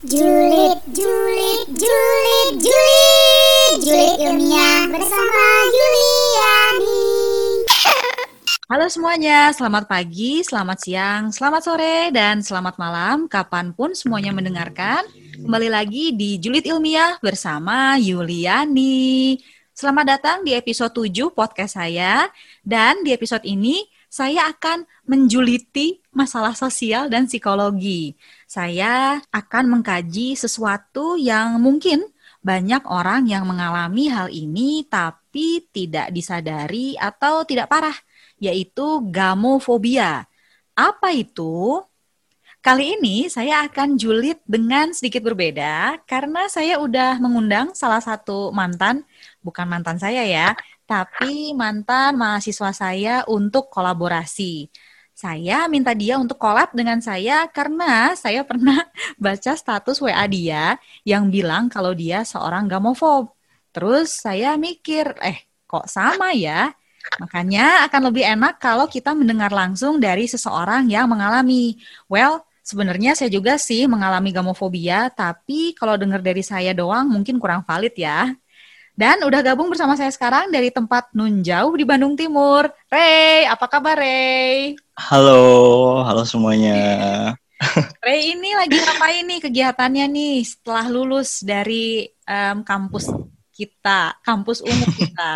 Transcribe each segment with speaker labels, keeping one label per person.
Speaker 1: Julid, julid, julid, julid, julid ilmiah bersama Yuliani.
Speaker 2: Halo semuanya, selamat pagi, selamat siang, selamat sore, dan selamat malam, kapanpun semuanya mendengarkan. Kembali lagi di Julid Ilmiah bersama Yuliani. Selamat datang di episode 7 podcast saya, dan di episode ini saya akan menjuliti masalah sosial dan psikologi. Saya akan mengkaji sesuatu yang mungkin banyak orang yang mengalami hal ini tapi tidak disadari atau tidak parah, yaitu gamofobia. Apa itu? Kali ini saya akan julid dengan sedikit berbeda karena saya udah mengundang salah satu mantan, bukan mantan saya ya, tapi mantan mahasiswa saya untuk kolaborasi. Saya minta dia untuk collab dengan saya karena saya pernah baca status WA dia yang bilang kalau dia seorang gamofob. Terus saya mikir, kok sama ya? Makanya akan lebih enak kalau kita mendengar langsung dari seseorang yang mengalami. Well, sebenarnya saya juga sih mengalami gamofobia, tapi kalau dengar dari saya doang mungkin kurang valid ya. Dan udah gabung bersama saya sekarang dari tempat nun jauh di Bandung Timur. Ray, apa kabar Ray?
Speaker 3: Halo semuanya.
Speaker 2: Ray ini lagi ngapain nih kegiatannya nih setelah lulus dari kampus kita, kampus umum kita?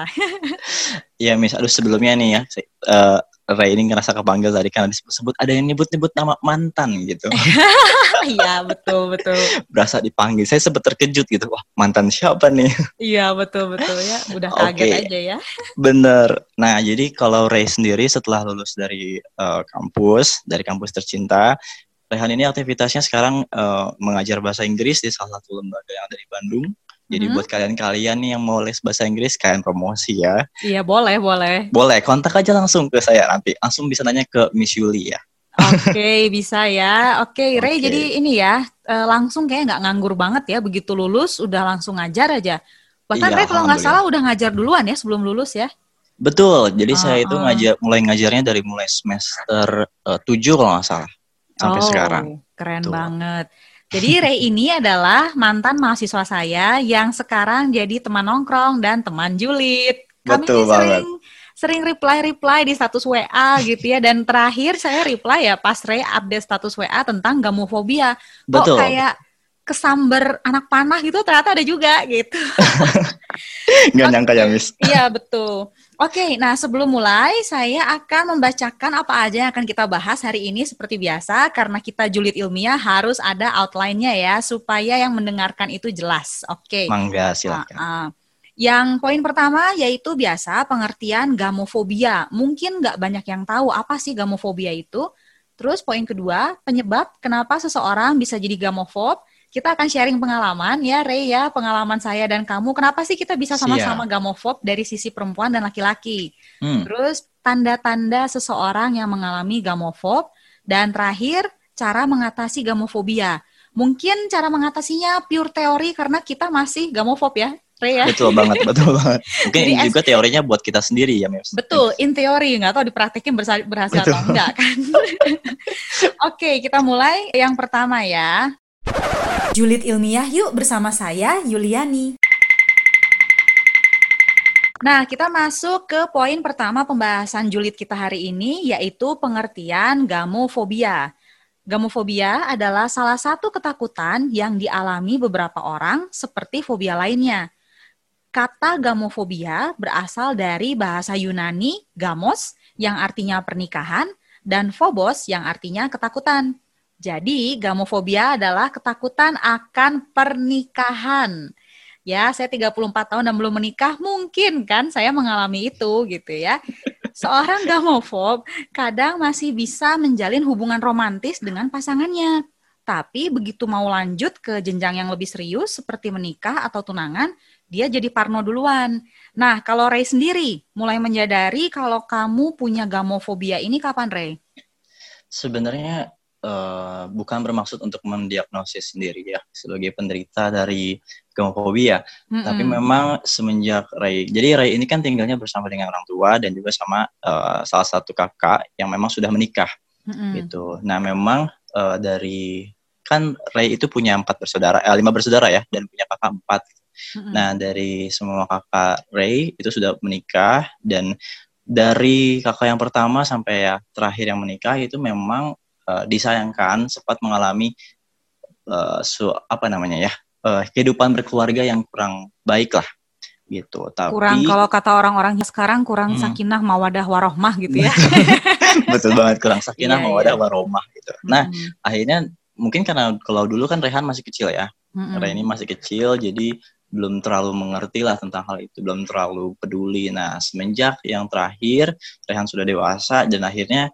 Speaker 3: Ya, aduh sebelumnya nih ya, Ray ini ngerasa kepanggil tadi karena disebut ada yang nyebut-nyebut nama mantan gitu.
Speaker 2: Iya, betul.
Speaker 3: Berasa dipanggil, saya sempat terkejut gitu, wah mantan siapa nih?
Speaker 2: Iya, betul ya, udah kaget aja ya.
Speaker 3: Bener. Nah, jadi kalau Ray sendiri setelah lulus dari kampus tercinta, Rayhan ini aktivitasnya sekarang mengajar bahasa Inggris di salah satu lembaga yang ada di Bandung. Jadi buat kalian nih yang mau les bahasa Inggris, kalian promosi ya.
Speaker 2: Iya, boleh.
Speaker 3: Boleh, kontak aja langsung ke saya nanti. Langsung bisa nanya ke Miss Yuli ya.
Speaker 2: Oke, bisa ya. Oke, Ray, jadi ini ya, langsung kayak nggak nganggur banget ya, begitu lulus udah langsung ngajar aja. Bahkan
Speaker 3: Iya,
Speaker 2: Ray kalau nggak salah udah ngajar duluan ya sebelum lulus ya.
Speaker 3: Betul, jadi saya itu mulai ngajarnya dari mulai semester 7 kalau nggak salah, sampai sekarang.
Speaker 2: Keren banget. Jadi Ray ini adalah mantan mahasiswa saya yang sekarang jadi teman nongkrong dan teman julid. Kami
Speaker 3: Betul banget.
Speaker 2: sering reply di status WA gitu ya. Dan terakhir saya reply ya pas Ray update status WA tentang gamofobia. Kok kayak kesamber anak panah gitu ternyata ada juga gitu.
Speaker 3: Nggak nyangka ya, Miss.
Speaker 2: Iya, betul. Oke, nah sebelum mulai saya akan membacakan apa aja yang akan kita bahas hari ini seperti biasa. Karena kita julid ilmiah harus ada outline-nya ya, supaya yang mendengarkan itu jelas. Oke.
Speaker 3: Mangga, silakan.
Speaker 2: Yang poin pertama yaitu biasa pengertian gamofobia. Mungkin nggak banyak yang tahu apa sih gamofobia itu. Terus poin kedua, penyebab kenapa seseorang bisa jadi gamofob. Kita akan sharing pengalaman ya, Ray ya, pengalaman saya dan kamu. Kenapa sih kita bisa sama-sama gamofob dari sisi perempuan dan laki-laki? Terus tanda-tanda seseorang yang mengalami gamofob. Dan terakhir, cara mengatasi gamofobia. Mungkin cara mengatasinya pure teori karena kita masih gamofob ya, Ray ya?
Speaker 3: Betul banget. Mungkin ini juga teorinya buat kita sendiri ya, Miss.
Speaker 2: Betul, in teori, nggak tahu dipraktekin berhasil atau enggak kan. Oke, kita mulai yang pertama ya. Julid ilmiah yuk bersama saya Yuliani. Nah, kita masuk ke poin pertama pembahasan julid kita hari ini, yaitu pengertian gamofobia. Gamofobia adalah salah satu ketakutan yang dialami beberapa orang seperti fobia lainnya. Kata gamofobia berasal dari bahasa Yunani gamos yang artinya pernikahan dan phobos yang artinya ketakutan. Jadi, gamofobia adalah ketakutan akan pernikahan. Ya, saya 34 tahun dan belum menikah, mungkin kan saya mengalami itu gitu ya. Seorang gamofob kadang masih bisa menjalin hubungan romantis dengan pasangannya. Tapi begitu mau lanjut ke jenjang yang lebih serius seperti menikah atau tunangan, dia jadi parno duluan. Nah, kalau Ray sendiri mulai menyadari kalau kamu punya gamofobia ini kapan, Ray?
Speaker 3: Sebenarnya bukan bermaksud untuk mendiagnosis sendiri ya sebagai penderita dari gamofobia, tapi memang semenjak jadi Ray ini kan tinggalnya bersama dengan orang tua dan juga sama salah satu kakak yang memang sudah menikah gitu. Nah memang dari kan Ray itu punya 5 bersaudara ya, dan punya kakak 4. Nah, dari semua kakak Ray itu sudah menikah, dan dari kakak yang pertama sampai ya terakhir yang menikah itu memang disayangkan sempat mengalami kehidupan berkeluarga yang kurang baik lah gitu.
Speaker 2: Kurang,
Speaker 3: Tapi
Speaker 2: kalau kata orang-orang sekarang kurang sakinah mawaddah warohmah gitu ya.
Speaker 3: betul banget, kurang sakinah
Speaker 2: Iya,
Speaker 3: mawaddah
Speaker 2: iya.
Speaker 3: warohmah gitu. Nah, akhirnya mungkin karena kalau dulu kan Rehan masih kecil ya. Rehan ini masih kecil, jadi belum terlalu mengerti lah tentang hal itu, belum terlalu peduli. Nah, semenjak yang terakhir Rehan sudah dewasa, dan akhirnya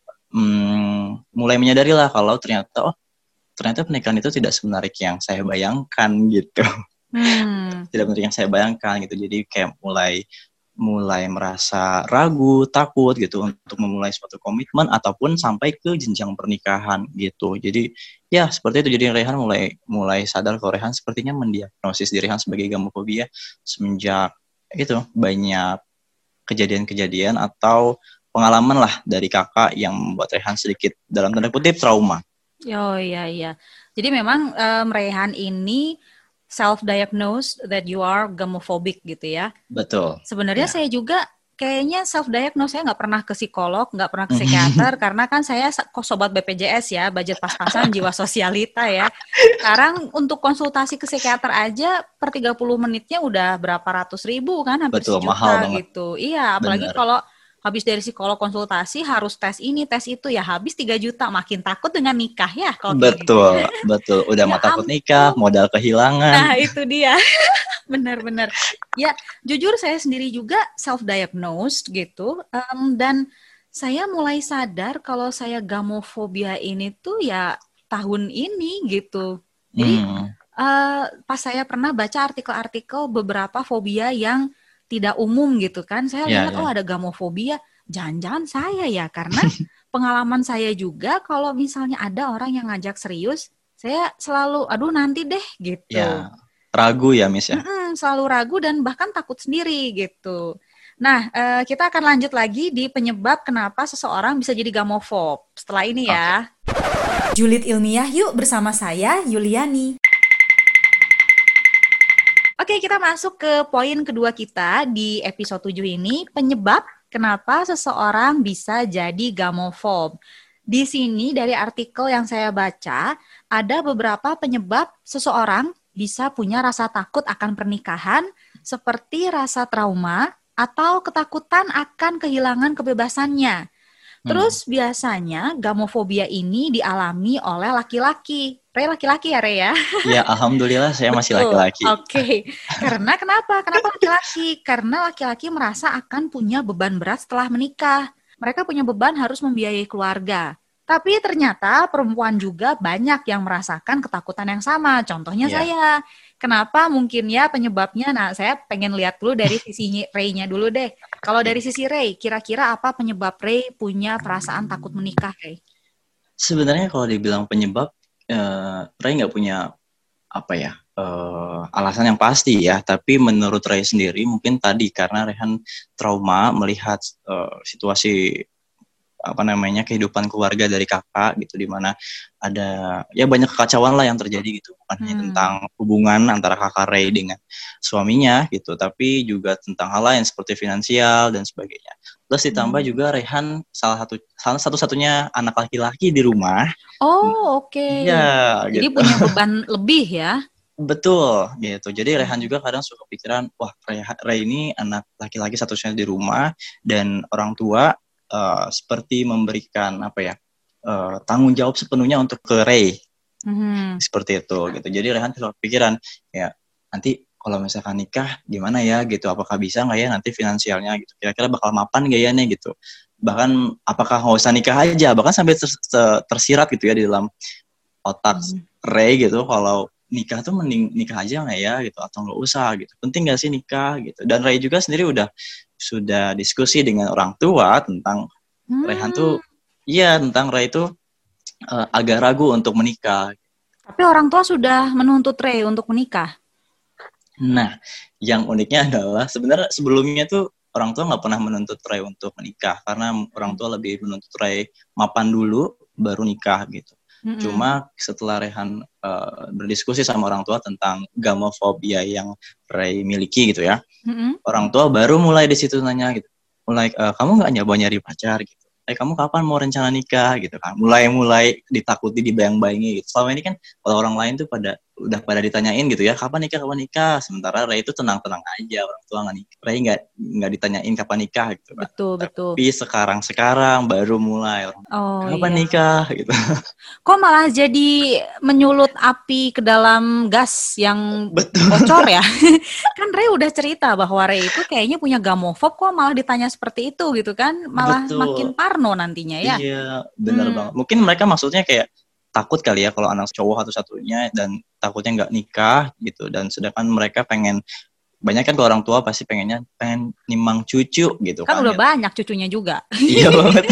Speaker 3: mulai menyadari lah kalau ternyata pernikahan itu tidak semenarik yang saya bayangkan gitu. Tidak benar yang saya bayangkan gitu. Jadi kayak mulai merasa ragu, takut gitu untuk memulai suatu komitmen ataupun sampai ke jenjang pernikahan gitu. Jadi ya seperti itu. Jadi Rehan mulai sadar kalau Rehan sepertinya mendiagnosis diri Rehan sebagai gamofobia semenjak itu banyak kejadian-kejadian atau pengalaman lah dari kakak yang membuat Rehan sedikit dalam tanda kutip trauma.
Speaker 2: Oh iya. Jadi memang Rehan ini self-diagnosed that you are gamophobic gitu ya.
Speaker 3: Betul.
Speaker 2: Sebenarnya saya juga kayaknya self-diagnose, saya nggak pernah ke psikolog, nggak pernah ke psikiater, karena kan saya kok sobat BPJS ya, budget pas-pasan, jiwa sosialita ya. Sekarang untuk konsultasi ke psikiater aja per 30 menitnya udah berapa ratus ribu kan, hampir
Speaker 3: Betul,
Speaker 2: sejuta
Speaker 3: mahal banget.
Speaker 2: gitu. Iya, apalagi
Speaker 3: Bener.
Speaker 2: kalau habis dari psikolog konsultasi harus tes ini, tes itu, ya habis 3 juta. Makin takut dengan nikah ya kalau kayak gitu.
Speaker 3: Betul. Udah
Speaker 2: Ya
Speaker 3: takut nikah, modal kehilangan.
Speaker 2: Nah, itu dia. Benar-benar. Ya, jujur saya sendiri juga self-diagnosed gitu. Dan saya mulai sadar kalau saya gamofobia ini tuh ya tahun ini gitu. Jadi pas saya pernah baca artikel-artikel beberapa fobia yang tidak umum gitu kan, saya lihat ada gamofobia, jangan-jangan saya ya, karena pengalaman saya juga kalau misalnya ada orang yang ngajak serius, saya selalu aduh nanti deh gitu.
Speaker 3: Ya, ragu ya Miss ya.
Speaker 2: Selalu ragu dan bahkan takut sendiri gitu. Nah, kita akan lanjut lagi di penyebab kenapa seseorang bisa jadi gamofob setelah ini ya. Julid ilmiah yuk bersama saya Yuliani. Oke, kita masuk ke poin kedua kita di episode 7 ini, penyebab kenapa seseorang bisa jadi gamofob. Di sini dari artikel yang saya baca, ada beberapa penyebab seseorang bisa punya rasa takut akan pernikahan, seperti rasa trauma atau ketakutan akan kehilangan kebebasannya. Terus biasanya gamofobia ini dialami oleh laki-laki. Ray laki-laki ya, Ray ya?
Speaker 3: Ya, alhamdulillah saya masih laki-laki.
Speaker 2: Oke. Karena kenapa? Kenapa laki-laki? Karena laki-laki merasa akan punya beban berat setelah menikah. Mereka punya beban harus membiayai keluarga. Tapi ternyata perempuan juga banyak yang merasakan ketakutan yang sama. Contohnya saya. Kenapa mungkin ya penyebabnya? Nah, saya pengen lihat dulu dari sisi Ray-nya dulu deh. Kalau dari sisi Ray, kira-kira apa penyebab Ray punya perasaan takut menikah, Ray?
Speaker 3: Sebenarnya kalau dibilang penyebab, Ray nggak punya alasan yang pasti ya. Tapi menurut Ray sendiri mungkin tadi karena Rehan trauma melihat situasi kehidupan keluarga dari kakak gitu, di mana ada ya banyak kekacauan lah yang terjadi gitu, bukan hanya tentang hubungan antara kakak Ray dengan suaminya gitu, tapi juga tentang hal lain seperti finansial dan sebagainya. Plus ditambah juga Rehan salah satu-satunya anak laki-laki di rumah.
Speaker 2: Oh, oke.
Speaker 3: Ya,
Speaker 2: jadi
Speaker 3: gitu.
Speaker 2: punya beban lebih ya.
Speaker 3: Betul gitu. Jadi Rehan juga kadang suka pikiran, wah Ray ini anak laki-laki satu-satunya di rumah, dan orang tua seperti memberikan tanggung jawab sepenuhnya untuk ke Ray, seperti itu gitu. Jadi Rehan selalu pikiran ya nanti kalau misalkan nikah gimana ya gitu, apakah bisa nggak ya nanti finansialnya gitu, kira-kira bakal mapan nggak ya nih gitu, bahkan apakah nggak usah nikah aja, bahkan sampai tersirat gitu ya di dalam otak Ray gitu, kalau nikah tuh mending nikah aja nggak ya gitu, atau nggak usah gitu, penting nggak sih nikah gitu. Dan Ray juga sendiri sudah diskusi dengan orang tua tentang Rehan tuh, tentang Ray itu agak ragu untuk menikah.
Speaker 2: Tapi orang tua sudah menuntut Ray untuk menikah.
Speaker 3: Nah, yang uniknya adalah sebenarnya sebelumnya tuh orang tua nggak pernah menuntut Ray untuk menikah, karena orang tua lebih menuntut Ray mapan dulu baru nikah gitu.
Speaker 2: Mm-mm.
Speaker 3: Cuma setelah Rehan berdiskusi sama orang tua tentang gamofobia yang Ray miliki gitu ya,
Speaker 2: Mm-mm.
Speaker 3: orang tua baru mulai di situ nanya gitu, mulai kamu nggak nyoba nyari pacar gitu, kamu kapan mau rencana nikah gitu kan, mulai ditakuti, dibayang-bayangi gitu. Selama ini kan kalau orang lain tuh udah pada ditanyain gitu ya, kapan nikah, sementara Ray itu tenang-tenang aja, orang tua nggak nikah, Ray nggak ditanyain kapan nikah gitu kan.
Speaker 2: Betul, betul.
Speaker 3: Tapi sekarang baru mulai orang,
Speaker 2: Oh
Speaker 3: kapan
Speaker 2: iya.
Speaker 3: nikah gitu.
Speaker 2: Kok malah jadi menyulut api ke dalam gas yang
Speaker 3: Betul.
Speaker 2: bocor ya? Kan Ray udah cerita bahwa Ray itu kayaknya punya gamofob, kok malah ditanya seperti itu gitu kan? Malah makin
Speaker 3: Betul.
Speaker 2: parno nantinya ya.
Speaker 3: Iya, benar banget. Mungkin mereka maksudnya kayak takut kali ya kalau anak cowok satu-satunya dan takutnya nggak nikah gitu. Dan sedangkan mereka banyak kan, ke orang tua pasti pengen nimang cucu gitu
Speaker 2: Kan
Speaker 3: kan.
Speaker 2: udah
Speaker 3: Gitu.
Speaker 2: banyak cucunya juga.
Speaker 3: Iya banget.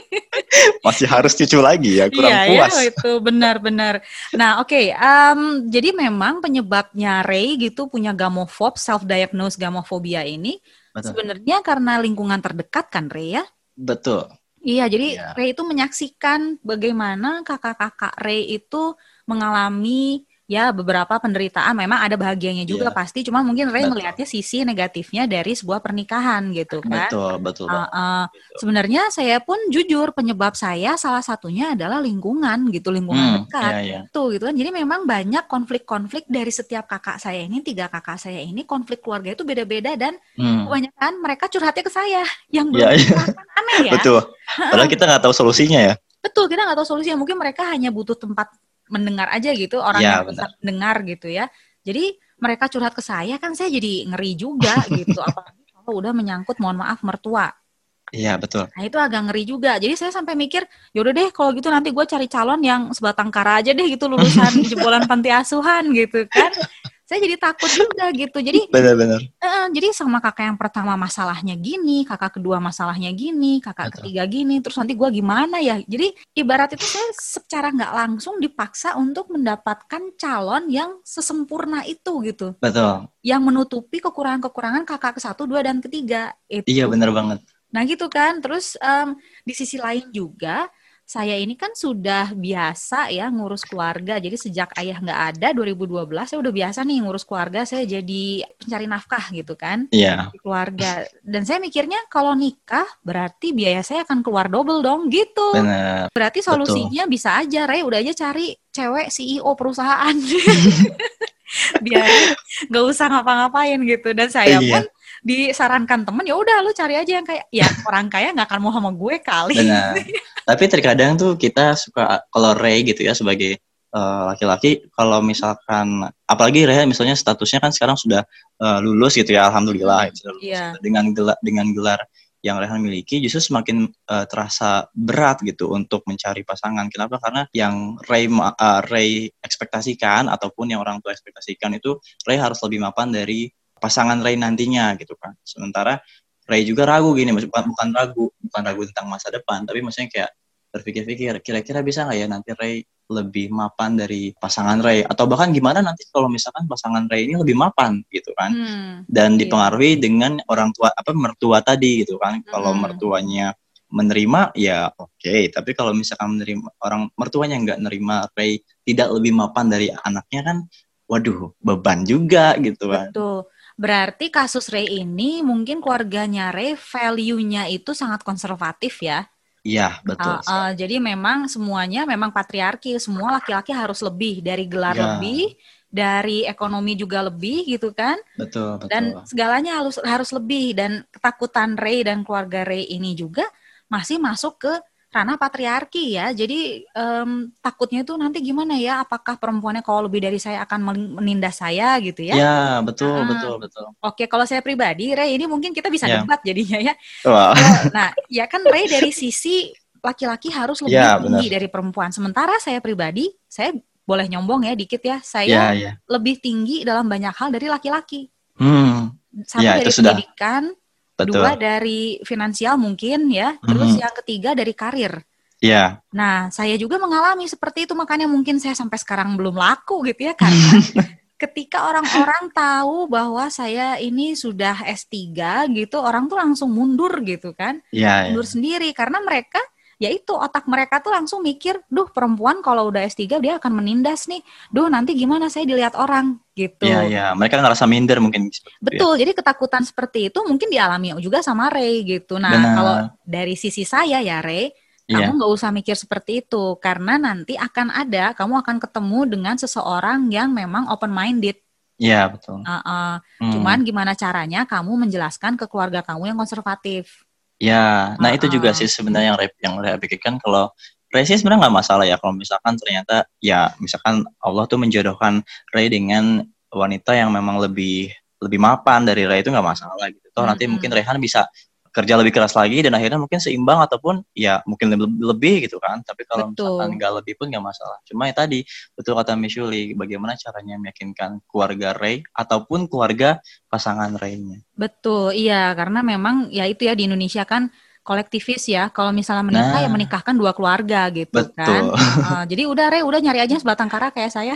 Speaker 3: Masih harus cucu lagi ya, kurang puas.
Speaker 2: Iya, itu benar-benar. Nah, oke. Jadi memang penyebabnya Ray gitu punya gamofob, self-diagnose gamofobia ini
Speaker 3: Betul.
Speaker 2: sebenarnya karena lingkungan terdekat kan, Ray ya?
Speaker 3: Betul.
Speaker 2: Iya, jadi
Speaker 3: Iya.
Speaker 2: Ray itu menyaksikan bagaimana kakak-kakak Ray itu mengalami ya beberapa penderitaan. Memang ada bahagianya juga
Speaker 3: Iya.
Speaker 2: pasti, cuma mungkin Ray
Speaker 3: Betul.
Speaker 2: melihatnya sisi negatifnya dari sebuah pernikahan gitu kan.
Speaker 3: Betul banget. Gitu.
Speaker 2: Sebenarnya saya pun jujur, penyebab saya salah satunya adalah lingkungan gitu, lingkungan dekat.
Speaker 3: Iya.
Speaker 2: Tuh gitu kan. Jadi memang banyak konflik-konflik dari setiap kakak saya ini, 3 kakak saya ini, konflik keluarga itu beda-beda dan kebanyakan mereka curhatnya ke saya yang belum pernah. Kan aneh ya.
Speaker 3: Betul. Padahal kita nggak tahu solusinya ya.
Speaker 2: Betul, kita nggak tahu solusinya. Mungkin mereka hanya butuh tempat mendengar aja gitu, orang yang bisa mendengar gitu ya. Jadi mereka curhat ke saya, kan saya jadi ngeri juga gitu. Apalagi kalau udah menyangkut, mohon maaf, mertua.
Speaker 3: Iya, betul.
Speaker 2: Nah itu agak ngeri juga. Jadi saya sampai mikir, yaudah deh kalau gitu nanti gue cari calon yang sebatang kara aja deh gitu, lulusan jebolan panti asuhan gitu kan. Saya jadi takut juga gitu. Jadi
Speaker 3: benar-benar.
Speaker 2: Jadi sama kakak yang pertama masalahnya gini, kakak kedua masalahnya gini, kakak ketiga gini, terus nanti gue gimana ya? Jadi ibarat itu saya secara nggak langsung dipaksa untuk mendapatkan calon yang sesempurna itu gitu.
Speaker 3: Betul.
Speaker 2: Yang menutupi kekurangan-kekurangan kakak ke-1, 2, dan ketiga. Itu.
Speaker 3: Iya, benar banget.
Speaker 2: Nah gitu kan. Terus di sisi lain juga, saya ini kan sudah biasa ya ngurus keluarga. Jadi sejak ayah nggak ada 2012 saya udah biasa nih ngurus keluarga. Saya jadi pencari nafkah gitu kan.
Speaker 3: Iya.
Speaker 2: Di keluarga. Dan saya mikirnya kalau nikah berarti biaya saya akan keluar double dong gitu.
Speaker 3: Benar.
Speaker 2: Berarti solusinya bisa aja, Ray udah aja cari cewek CEO perusahaan. Biar nggak usah ngapa-ngapain gitu. Dan saya pun disarankan temen, ya udah lu cari aja yang kayak, ya orang kaya nggak akan mau sama gue kali.
Speaker 3: Benar. Tapi terkadang tuh kita suka, kalau Ray gitu ya sebagai laki-laki, kalau misalkan apalagi Ray misalnya statusnya kan sekarang sudah lulus gitu ya, alhamdulillah sudah lulus.
Speaker 2: Yeah.
Speaker 3: Dengan gelar yang Rehan miliki justru semakin terasa berat gitu untuk mencari pasangan. Kenapa? Karena yang Ray ekspektasikan ataupun yang orang tua ekspektasikan itu Ray harus lebih mapan dari pasangan Ray nantinya gitu kan. Sementara Ray juga ragu gini, bukan ragu tentang masa depan, tapi maksudnya kayak berpikir-pikir kira-kira bisa nggak ya nanti Ray lebih mapan dari pasangan Ray, atau bahkan gimana nanti kalau misalkan pasangan Ray ini lebih mapan gitu kan. Dan dipengaruhi dengan orang tua mertua tadi gitu kan. Kalau mertuanya menerima ya oke, tapi kalau misalkan orang mertuanya nggak nerima Ray tidak lebih mapan dari anaknya kan, waduh beban juga gitu kan.
Speaker 2: Betul. Berarti kasus Ray ini mungkin keluarganya Ray value-nya itu sangat konservatif ya.
Speaker 3: Iya, betul.
Speaker 2: Jadi memang semuanya memang patriarki, semua laki-laki harus lebih, dari gelar lebih, dari ekonomi juga lebih gitu kan.
Speaker 3: Betul.
Speaker 2: Dan segalanya harus lebih, dan ketakutan Ray dan keluarga Ray ini juga masih masuk ke ranah patriarki ya. Jadi takutnya itu nanti gimana ya, apakah perempuannya kalau lebih dari saya akan menindas saya gitu ya.
Speaker 3: Ya, betul.
Speaker 2: Oke, kalau saya pribadi, Ray, ini mungkin kita bisa debat jadinya ya.
Speaker 3: Wow.
Speaker 2: Nah, ya kan Ray dari sisi laki-laki harus lebih tinggi dari perempuan. Sementara saya pribadi, saya boleh nyombong ya dikit ya, saya lebih tinggi dalam banyak hal dari laki-laki. Satu dari pendidikan, dua dari finansial mungkin ya, terus yang ketiga dari karir.
Speaker 3: Iya.
Speaker 2: Nah, saya juga mengalami seperti itu, makanya mungkin saya sampai sekarang belum laku gitu ya, karena ketika orang-orang tahu bahwa saya ini sudah S3 gitu, orang tuh langsung mundur gitu kan. Mundur sendiri, karena mereka ya itu otak mereka tuh langsung mikir, duh perempuan kalau udah S3 dia akan menindas nih, duh nanti gimana saya dilihat orang gitu.
Speaker 3: Iya, iya. Mereka ngerasa minder mungkin seperti itu ya.
Speaker 2: Betul, jadi ketakutan seperti itu mungkin dialami juga sama Ray gitu. Nah,
Speaker 3: Benar.
Speaker 2: kalau dari sisi saya ya Ray,
Speaker 3: Iya.
Speaker 2: kamu nggak usah mikir seperti itu, karena nanti kamu akan ketemu dengan seseorang yang memang open-minded.
Speaker 3: Iya, betul.
Speaker 2: Cuman gimana caranya kamu menjelaskan ke keluarga kamu yang konservatif.
Speaker 3: Ya, nah itu juga sih sebenarnya yang Ray pikirkan. Kalau Ray sih sebenarnya nggak masalah ya kalau misalkan ternyata ya misalkan Allah tuh menjodohkan Ray dengan wanita yang memang lebih mapan dari Ray, itu nggak masalah gitu. Toh nanti mungkin Rayhan bisa kerja lebih keras lagi dan akhirnya mungkin seimbang ataupun ya mungkin lebih gitu kan. Tapi kalau misalkan nggak lebih pun nggak masalah. Cuma ya tadi betul kata Miss Yuli, bagaimana caranya meyakinkan keluarga Ray ataupun keluarga pasangan Ray-nya.
Speaker 2: Betul, iya, karena memang ya itu ya di Indonesia kan kolektivis ya. Kalau misalnya menikah ya menikahkan dua keluarga gitu kan. Jadi udah Ray, udah nyari aja sebatang kara kayak saya.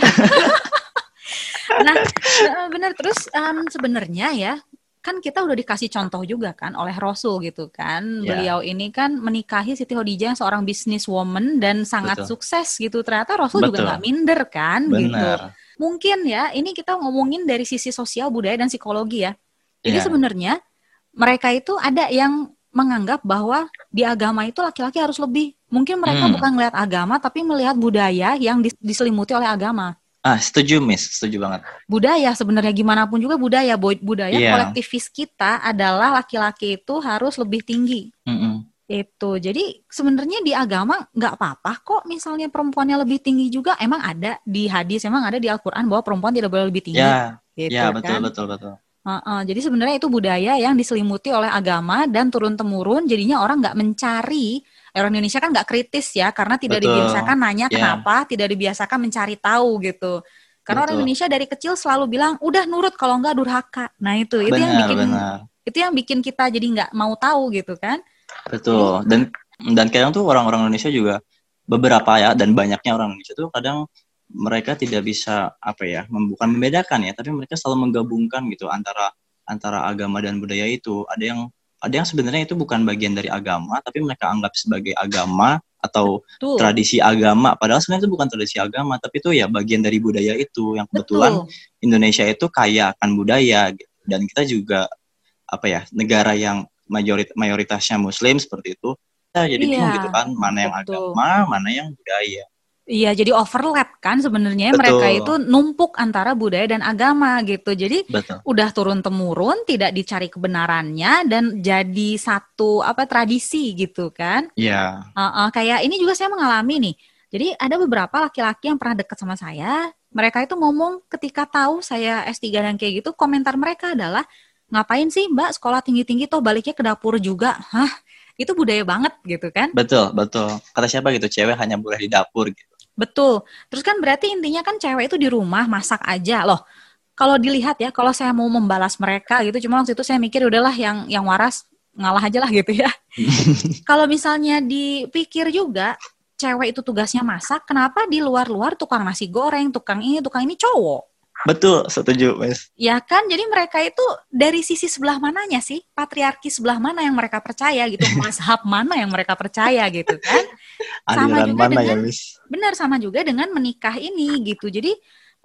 Speaker 2: Nah, benar. Terus sebenarnya ya, kan kita udah dikasih contoh juga kan oleh Rasul gitu kan. Beliau ini kan menikahi Siti Khadijah yang seorang businesswoman dan sangat sukses gitu. Ternyata Rasul juga nggak minder kan gitu. Mungkin ya, ini kita ngomongin dari sisi sosial, budaya, dan psikologi ya. Jadi sebenarnya mereka itu ada yang menganggap bahwa di agama itu laki-laki harus lebih. Mungkin mereka bukan melihat agama, tapi melihat budaya yang diselimuti oleh agama.
Speaker 3: Setuju Miss, setuju banget.
Speaker 2: Budaya sebenarnya gimana pun juga budaya kolektivis kita adalah laki-laki itu harus lebih tinggi. Itu. Jadi sebenarnya di agama nggak apa-apa kok misalnya perempuannya lebih tinggi juga. Emang ada di hadis, emang ada di Al-Quran bahwa perempuan tidak boleh lebih tinggi.
Speaker 3: Ya, betul.
Speaker 2: Jadi sebenarnya itu budaya yang diselimuti oleh agama dan turun-temurun. Jadinya orang nggak mencari. Orang Indonesia kan nggak kritis ya, karena tidak dibiasakan nanya kenapa, tidak dibiasakan mencari tahu gitu. Karena orang Indonesia dari kecil selalu bilang, udah nurut kalau nggak durhaka. Nah itu yang bikin kita jadi nggak mau tahu gitu kan.
Speaker 3: Betul. Dan kadang tuh orang-orang Indonesia juga beberapa ya, dan banyaknya orang Indonesia tuh kadang mereka tidak bisa bukan membedakan ya, tapi mereka selalu menggabungkan gitu antara agama dan budaya itu. Ada yang sebenarnya itu bukan bagian dari agama, tapi mereka anggap sebagai agama atau tradisi agama. Padahal sebenarnya itu bukan tradisi agama, tapi itu ya bagian dari budaya itu. Yang kebetulan Indonesia itu kaya akan budaya gitu. Dan kita juga negara yang mayoritasnya Muslim seperti itu. Kita jadi bingung gitu kan, mana yang agama, mana yang budaya.
Speaker 2: Iya, jadi overlap kan sebenarnya mereka itu numpuk antara budaya dan agama gitu. Jadi udah turun-temurun, tidak dicari kebenarannya dan jadi satu tradisi gitu kan.
Speaker 3: Iya.
Speaker 2: Kayak ini juga saya mengalami nih. Jadi ada beberapa laki-laki yang pernah dekat sama saya. Mereka itu ngomong ketika tahu saya S3 dan kayak gitu, komentar mereka adalah, ngapain sih Mbak sekolah tinggi-tinggi toh baliknya ke dapur juga? Hah? Itu budaya banget gitu kan.
Speaker 3: Betul. Kata siapa gitu, cewek hanya boleh di dapur gitu.
Speaker 2: Betul. Terus kan berarti intinya kan cewek itu di rumah masak aja loh. Kalau dilihat ya, kalau saya mau membalas mereka gitu, cuma waktu itu saya mikir udahlah yang waras ngalah aja lah gitu ya. Kalau misalnya dipikir juga, cewek itu tugasnya masak, kenapa di luar-luar tukang nasi goreng, tukang ini cowok?
Speaker 3: Betul, setuju, Mas.
Speaker 2: Ya kan, jadi mereka itu dari sisi sebelah mananya sih? Patriarki sebelah mana yang mereka percaya gitu? Mazhab mana yang mereka percaya gitu kan? Sama juga
Speaker 3: mana
Speaker 2: dengan,
Speaker 3: ya, Miss?
Speaker 2: Benar, sama juga dengan menikah ini gitu. Jadi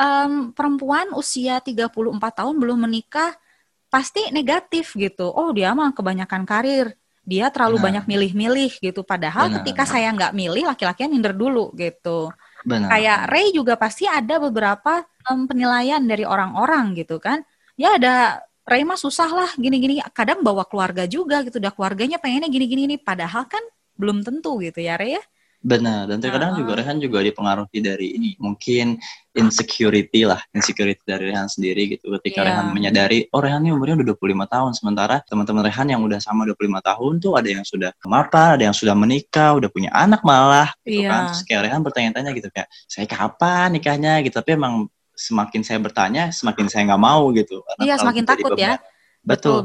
Speaker 2: perempuan usia 34 tahun belum menikah pasti negatif gitu. Oh dia mah kebanyakan karir, dia terlalu banyak milih-milih gitu. Padahal ketika saya nggak milih, laki-lakinya minder dulu gitu. Kayak Ray juga pasti ada beberapa penilaian dari orang-orang gitu kan. Ya ada Ray mah susah lah gini-gini. Kadang bawa keluarga juga gitu. Udah keluarganya pengennya gini-gini nih. Padahal kan belum tentu gitu ya Ray ya.
Speaker 3: Benar, dan terkadang juga Rehan juga dipengaruhi dari ini, mungkin insecurity dari Rehan sendiri gitu. Ketika Rehan menyadari, Rehan ini umurnya udah 25 tahun, sementara teman-teman Rehan yang udah sama 25 tahun tuh ada yang sudah mapan, ada yang sudah menikah, udah punya anak malah gitu kan. Terus kayak Rehan bertanya-tanya gitu, kayak saya kapan nikahnya gitu, tapi emang semakin saya bertanya, semakin saya nggak mau gitu.
Speaker 2: Iya, semakin takut ya. Betul.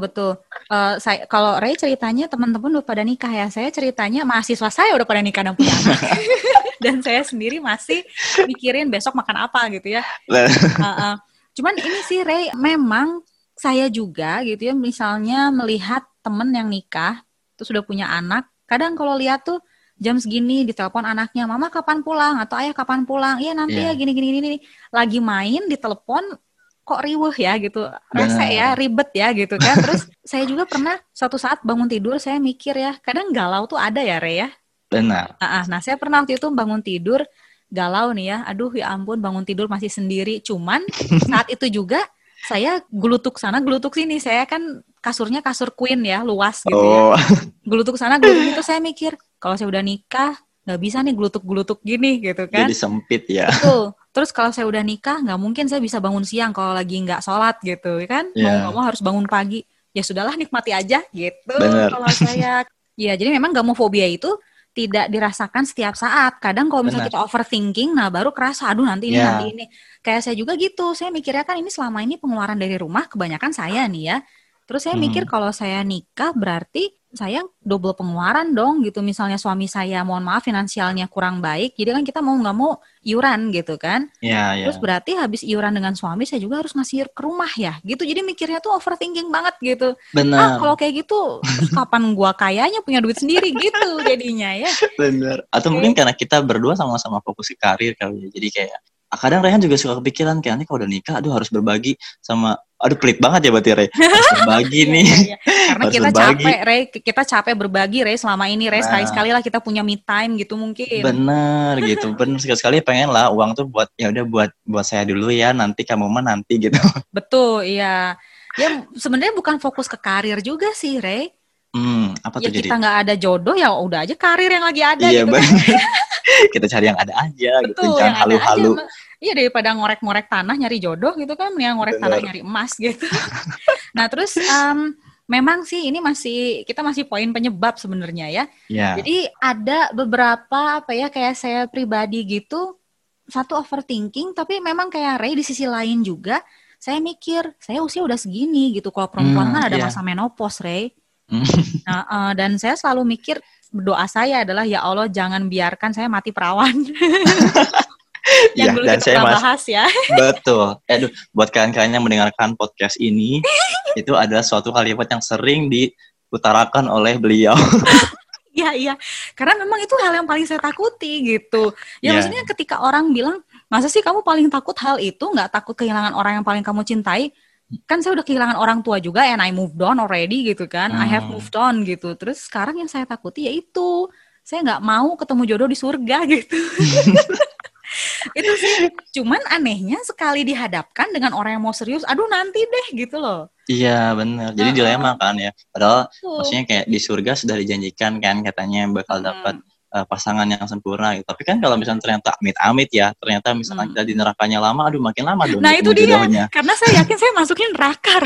Speaker 2: Kalau Ray ceritanya teman-teman udah pada nikah ya. Saya ceritanya mahasiswa saya udah pada nikah dan punya anak. Dan saya sendiri masih mikirin besok makan apa gitu ya. Cuman ini sih Ray, memang saya juga gitu ya, misalnya melihat temen yang nikah terus sudah punya anak. Kadang kalau lihat tuh jam segini ditelepon anaknya, mama kapan pulang atau ayah kapan pulang, iya nanti ya gini. Lagi main ditelepon kok riweuh ya gitu, rese ya, ribet ya gitu kan. Terus saya juga pernah suatu saat bangun tidur saya mikir ya, kadang galau tuh ada ya Re ya.
Speaker 3: Benar.
Speaker 2: Nah saya pernah waktu itu bangun tidur galau nih ya, aduh ya ampun bangun tidur masih sendiri. Cuman saat itu juga saya gelutuk sana gelutuk sini, saya kan kasurnya kasur queen ya, luas gitu ya. Gelutuk sana gelutuk itu saya mikir, kalau saya udah nikah nggak bisa nih gelutuk-gelutuk gini gitu kan.
Speaker 3: Jadi sempit ya.
Speaker 2: Betul. Terus kalau saya udah nikah, nggak mungkin saya bisa bangun siang kalau lagi nggak sholat gitu, kan? Mau nggak mau harus bangun pagi. Ya sudahlah, nikmati aja gitu.
Speaker 3: Bener.
Speaker 2: Kalau saya, ya jadi memang gamophobia itu tidak dirasakan setiap saat. Kadang kalau misalnya kita overthinking, nah baru kerasa, aduh nanti ini. Kayak saya juga gitu. Saya mikirnya kan ini selama ini pengeluaran dari rumah kebanyakan saya nih ya. Terus saya mikir kalau saya nikah berarti saya double pengeluaran dong gitu. Misalnya suami saya mohon maaf finansialnya kurang baik, jadi kan kita mau nggak mau iuran gitu kan. Terus berarti habis iuran dengan suami saya juga harus ngasih ke rumah ya gitu. Jadi mikirnya tuh overthinking banget gitu.
Speaker 3: Benar.
Speaker 2: Kalau kayak gitu terus kapan gua kayanya punya duit sendiri gitu jadinya ya.
Speaker 3: Benar. Atau mungkin karena kita berdua sama-sama fokus ke karir kali ya. Jadi kayak kadang Rehan juga suka kepikiran kayak nanti kalau udah nikah aduh harus berbagi sama pelit banget ya berarti Re. Harus berbagi nih.
Speaker 2: Karena harus kita berbagi. Capek Re, kita capek berbagi Re selama ini Re, sekali-sekali lah kita punya me time gitu mungkin.
Speaker 3: Bener gitu. Bener sekali-sekali pengen lah uang tuh buat ya udah buat saya dulu ya, nanti kamu mah nanti gitu.
Speaker 2: Betul, iya. Ya sebenarnya bukan fokus ke karir juga sih Re.
Speaker 3: Apa
Speaker 2: ya
Speaker 3: tuh
Speaker 2: kita nggak ada jodoh ya udah aja karir yang lagi ada gitu kan.
Speaker 3: Kita cari yang ada aja.
Speaker 2: Betul,
Speaker 3: gitu. Jangan halu-halu.
Speaker 2: Iya daripada ngorek-ngorek tanah nyari jodoh gitu kan, yang ngorek tanah nyari emas gitu. Nah terus memang sih ini kita masih poin penyebab sebenarnya ya. Jadi ada beberapa kayak saya pribadi gitu, satu overthinking, tapi memang kayak Ray di sisi lain juga saya mikir saya usia udah segini gitu. Kalau perempuan kan ada masa menopause Ray. Nah, dan saya selalu mikir, doa saya adalah ya Allah jangan biarkan saya mati perawan. Yang dulu kita pernah bahas ya.
Speaker 3: Betul. Buat kalian-kalian yang mendengarkan podcast ini, itu adalah suatu kalimat yang sering diutarakan oleh beliau.
Speaker 2: Iya. Karena memang itu hal yang paling saya takuti gitu. Ya maksudnya ketika orang bilang, masa sih kamu paling takut hal itu, nggak takut kehilangan orang yang paling kamu cintai? Kan saya udah kehilangan orang tua juga, and I moved on already gitu kan. I have moved on gitu. Terus sekarang yang saya takuti yaitu, saya nggak mau ketemu jodoh di surga gitu. Itu sih, cuman anehnya sekali dihadapkan dengan orang yang mau serius, aduh nanti deh gitu loh.
Speaker 3: Iya benar, jadi dilema kan ya. Padahal maksudnya kayak di surga sudah dijanjikan kan katanya bakal dapat pasangan yang sempurna gitu. Tapi kan kalau misalnya ternyata amit-amit ya, ternyata misalnya kita di nerakanya lama, aduh makin lama dong.
Speaker 2: Nah itu dia, karena saya yakin saya masukin neraka.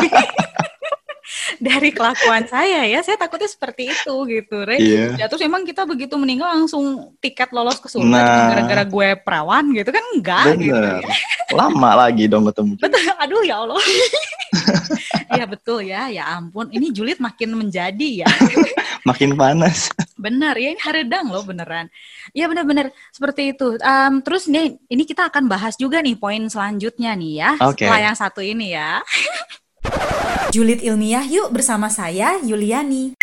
Speaker 2: Dari kelakuan saya ya, saya takutnya seperti itu gitu, Re. Ya terus emang kita begitu meninggal langsung tiket lolos ke surga cuma gara-gara gue perawan gitu kan, enggak gitu ya.
Speaker 3: Lama lagi dong ketemu.
Speaker 2: Betul, aduh ya Allah. Iya betul ya ampun, ini julid makin menjadi ya.
Speaker 3: Makin panas.
Speaker 2: Benar ya, ini haredang loh beneran. Iya benar-benar seperti itu. Terus ini kita akan bahas juga nih poin selanjutnya nih ya, setelah yang satu ini ya. Julid ilmiah yuk bersama saya Yuliani.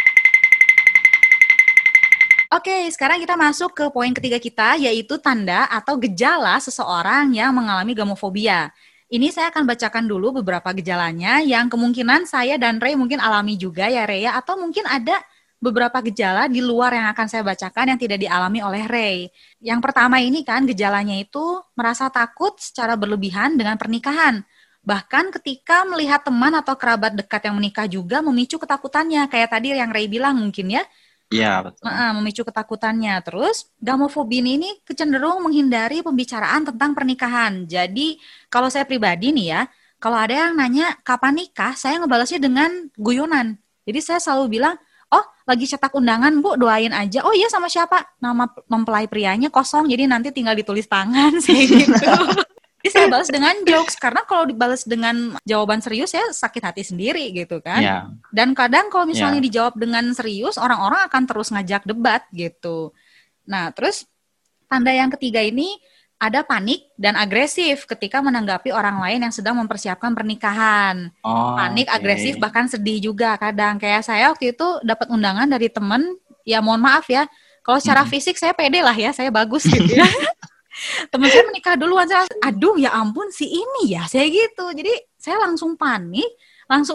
Speaker 2: Oke, sekarang kita masuk ke poin ketiga kita, yaitu tanda atau gejala seseorang yang mengalami gamophobia. Ini saya akan bacakan dulu beberapa gejalanya yang kemungkinan saya dan Ray mungkin alami juga ya Ray, atau mungkin ada beberapa gejala di luar yang akan saya bacakan yang tidak dialami oleh Ray. Yang pertama ini kan gejalanya itu merasa takut secara berlebihan dengan pernikahan. Bahkan ketika melihat teman atau kerabat dekat yang menikah juga memicu ketakutannya. Kayak tadi yang Ray bilang mungkin ya.
Speaker 3: Iya, betul.
Speaker 2: Memicu ketakutannya. Terus gamophobia ini kecenderung menghindari pembicaraan tentang pernikahan. Jadi kalau saya pribadi nih ya, kalau ada yang nanya kapan nikah, saya ngebalasnya dengan guyonan. Jadi saya selalu bilang, oh lagi cetak undangan Bu, doain aja. Oh iya sama siapa? Nama mempelai prianya kosong, jadi nanti tinggal ditulis tangan. Saya gitu. Jadi saya balas dengan jokes, karena kalau dibalas dengan jawaban serius saya sakit hati sendiri gitu kan. Dan kadang kalau misalnya dijawab dengan serius, orang-orang akan terus ngajak debat gitu. Nah terus tanda yang ketiga ini ada panik dan agresif ketika menanggapi orang lain yang sedang mempersiapkan pernikahan. Panik, agresif, bahkan sedih juga kadang. Kayak saya waktu itu dapat undangan dari temen, ya mohon maaf ya, Kalau secara fisik saya pede lah ya, saya bagus gitu ya. Temen saya menikah duluan, saya aduh ya ampun si ini ya, saya gitu. Jadi saya langsung panik, langsung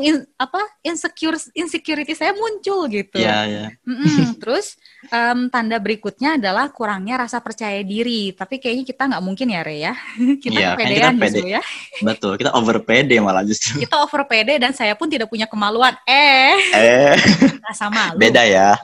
Speaker 2: insecurity saya muncul gitu.
Speaker 3: Iya.
Speaker 2: Terus tanda berikutnya adalah kurangnya rasa percaya diri. Tapi kayaknya kita nggak mungkin ya, Re ya. Kita
Speaker 3: Iya, kan kita
Speaker 2: kepedean
Speaker 3: pede.
Speaker 2: justru ya.
Speaker 3: Betul, kita over pede malah justru.
Speaker 2: Kita over pede dan saya pun tidak punya kemaluan. Rasa malu.
Speaker 3: Beda ya.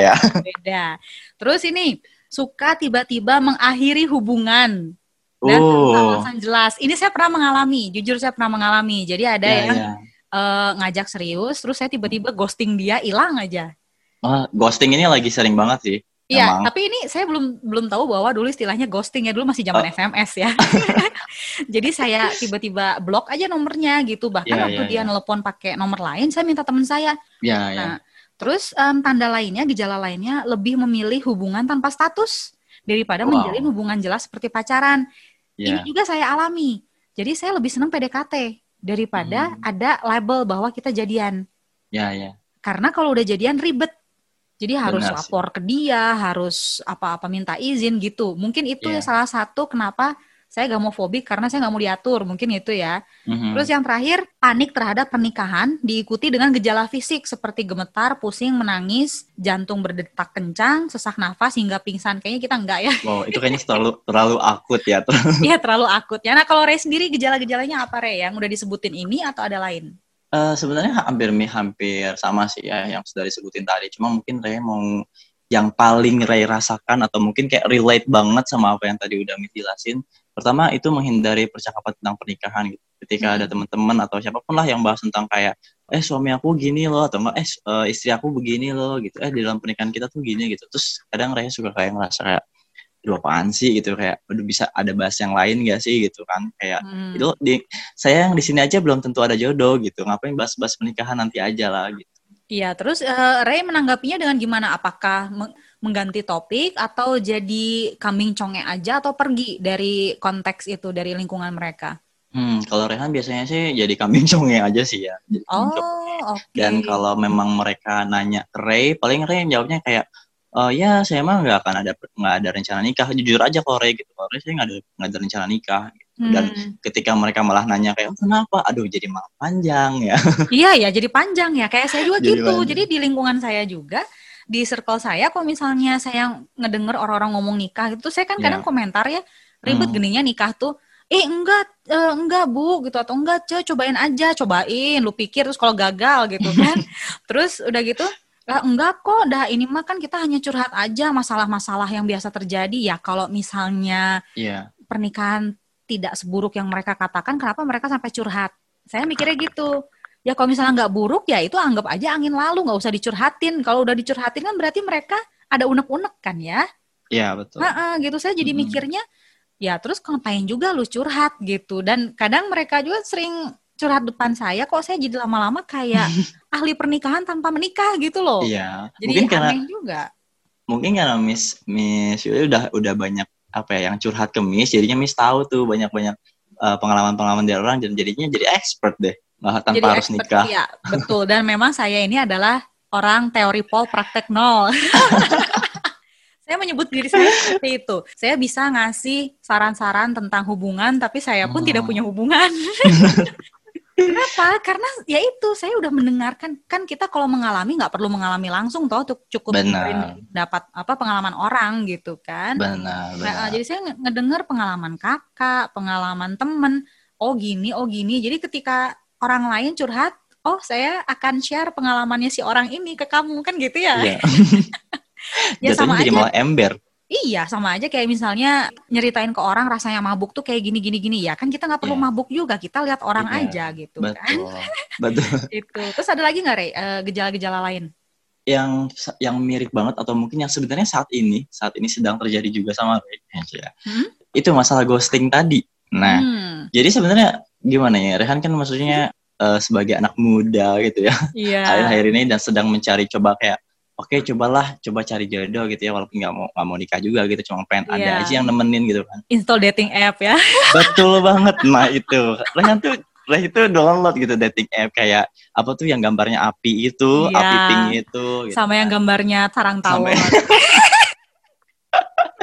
Speaker 2: Beda. Terus ini suka tiba-tiba mengakhiri hubungan dan tanpa alasan jelas. Ini saya pernah mengalami, jujur saya pernah mengalami. Jadi ada yang ngajak serius, terus saya tiba-tiba ghosting dia, hilang aja.
Speaker 3: Ghosting ini lagi sering banget sih.
Speaker 2: Iya, tapi ini saya belum tahu bahwa dulu istilahnya ghosting ya, dulu masih zaman SMS ya. Jadi saya tiba-tiba blok aja nomornya gitu. Bahkan waktu dia nelpon pakai nomor lain, saya minta teman saya. Terus tanda lainnya, gejala lainnya lebih memilih hubungan tanpa status daripada menjalin hubungan jelas seperti pacaran. Ini juga saya alami. Jadi saya lebih senang PDKT daripada ada label bahwa kita jadian. Karena kalau udah jadian ribet. Jadi harus lapor ke dia, harus apa-apa minta izin gitu. Mungkin itu salah satu kenapa saya gak mau fobik, karena saya gak mau diatur, mungkin itu ya. Terus yang terakhir, panik terhadap pernikahan diikuti dengan gejala fisik seperti gemetar, pusing, menangis, jantung berdetak kencang, sesak nafas hingga pingsan. Kayaknya kita enggak ya.
Speaker 3: Itu kayaknya terlalu akut ya.
Speaker 2: Iya, terlalu akut ya. Nah, kalau Ray sendiri gejala-gejalanya apa, Ray? Yang udah disebutin ini atau ada lain?
Speaker 3: Sebenarnya hampir sama sih ya yang sudah disebutin tadi. Cuma mungkin Ray mau yang paling Ray rasakan atau mungkin kayak relate banget sama apa yang tadi udah Miss jelasin. Pertama itu menghindari percakapan tentang pernikahan gitu. Ketika ada teman-teman atau siapapun lah yang bahas tentang kayak suami aku gini loh atau enggak istri aku begini loh gitu. Di dalam pernikahan kita tuh gini gitu. Terus kadang Ray suka kayak ngerasa kayak apaan sih gitu, kayak udah bisa ada bahas yang lain gak sih gitu kan, kayak itu saya yang di sini aja belum tentu ada jodoh gitu, ngapain bahas-bahas pernikahan, nanti aja lah gitu.
Speaker 2: Iya, terus Ray menanggapinya dengan gimana? Apakah mengganti topik atau jadi kambing conge aja atau pergi dari konteks itu, dari lingkungan mereka?
Speaker 3: Kalau Rehan biasanya sih jadi kambing conge aja sih ya.
Speaker 2: Okay.
Speaker 3: Dan kalau memang mereka nanya ke Ray, paling Ray jawabnya kayak ya saya mah nggak ada rencana nikah, jujur aja kalau Ray gitu. Kalau Ray saya nggak ada rencana nikah gitu. Dan ketika mereka malah nanya kayak kenapa, aduh jadi malah panjang ya.
Speaker 2: Iya ya, jadi panjang ya, kayak saya juga gitu. Jadi di lingkungan saya juga, di circle saya kalau misalnya saya ngedenger orang-orang ngomong nikah gitu, saya kan kadang komentar ya, ribet geninya nikah tuh. Enggak bu gitu, atau enggak cobain lu pikir terus kalau gagal gitu kan. Terus udah gitu enggak kok, ini mah kan kita hanya curhat aja masalah-masalah yang biasa terjadi ya. Kalau misalnya pernikahan tidak seburuk yang mereka katakan, kenapa mereka sampai curhat? Saya mikirnya gitu. Ya kalau misalnya nggak buruk ya itu anggap aja angin lalu, nggak usah dicurhatin. Kalau udah dicurhatin kan berarti mereka ada unek-unek kan ya?
Speaker 3: Iya betul.
Speaker 2: Gitu saya jadi mikirnya, ya terus ngapain juga lu curhat gitu. Dan kadang mereka juga sering curhat depan saya, kok saya jadi lama-lama kayak ahli pernikahan tanpa menikah gitu loh.
Speaker 3: Iya.
Speaker 2: Jadi aneh juga.
Speaker 3: Mungkin karena Miss Yuli udah banyak yang curhat ke Miss, jadinya Miss tahu tuh banyak pengalaman-pengalaman dari orang, dan jadinya jadi expert deh, tanpa jadi harus expert, nikah.
Speaker 2: Iya, betul. Dan memang saya ini adalah orang teori pol praktek nol. Saya menyebut diri saya seperti itu. Saya bisa ngasih saran-saran tentang hubungan, tapi saya pun tidak punya hubungan. Kenapa? Karena ya itu, saya udah mendengarkan, kan kita kalau mengalami nggak perlu mengalami langsung toh, cukup dapat pengalaman orang gitu kan.
Speaker 3: Benar.
Speaker 2: Jadi saya ngedengar pengalaman kakak, pengalaman temen, oh gini. Jadi ketika orang lain curhat, saya akan share pengalamannya si orang ini ke kamu, kan gitu ya.
Speaker 3: Iya.
Speaker 2: Ya sama
Speaker 3: jadi
Speaker 2: aja.
Speaker 3: malah ember.
Speaker 2: Iya, sama aja kayak misalnya nyeritain ke orang rasanya mabuk tuh kayak gini ya kan, kita nggak perlu mabuk juga, kita lihat orang aja gitu.
Speaker 3: Betul.
Speaker 2: Kan.
Speaker 3: Betul.
Speaker 2: Itu. Terus ada lagi nggak, Ray, gejala-gejala lain?
Speaker 3: Yang mirip banget atau mungkin yang sebenarnya saat ini sedang terjadi juga sama Ray. Itu masalah ghosting tadi. Nah, jadi sebenarnya gimana ya, Rehan kan maksudnya sebagai anak muda gitu ya. Akhir-akhir ini dan sedang mencari, coba kayak coba cari jodoh gitu ya, walaupun nggak mau nikah juga gitu, cuma pengen ada aja yang nemenin gitu kan.
Speaker 2: Install dating app ya.
Speaker 3: Betul banget. Nah itu Rehan tuh itu download gitu dating app, kayak apa tuh yang gambarnya api itu, api pink itu gitu.
Speaker 2: Sama yang gambarnya sarang tawon.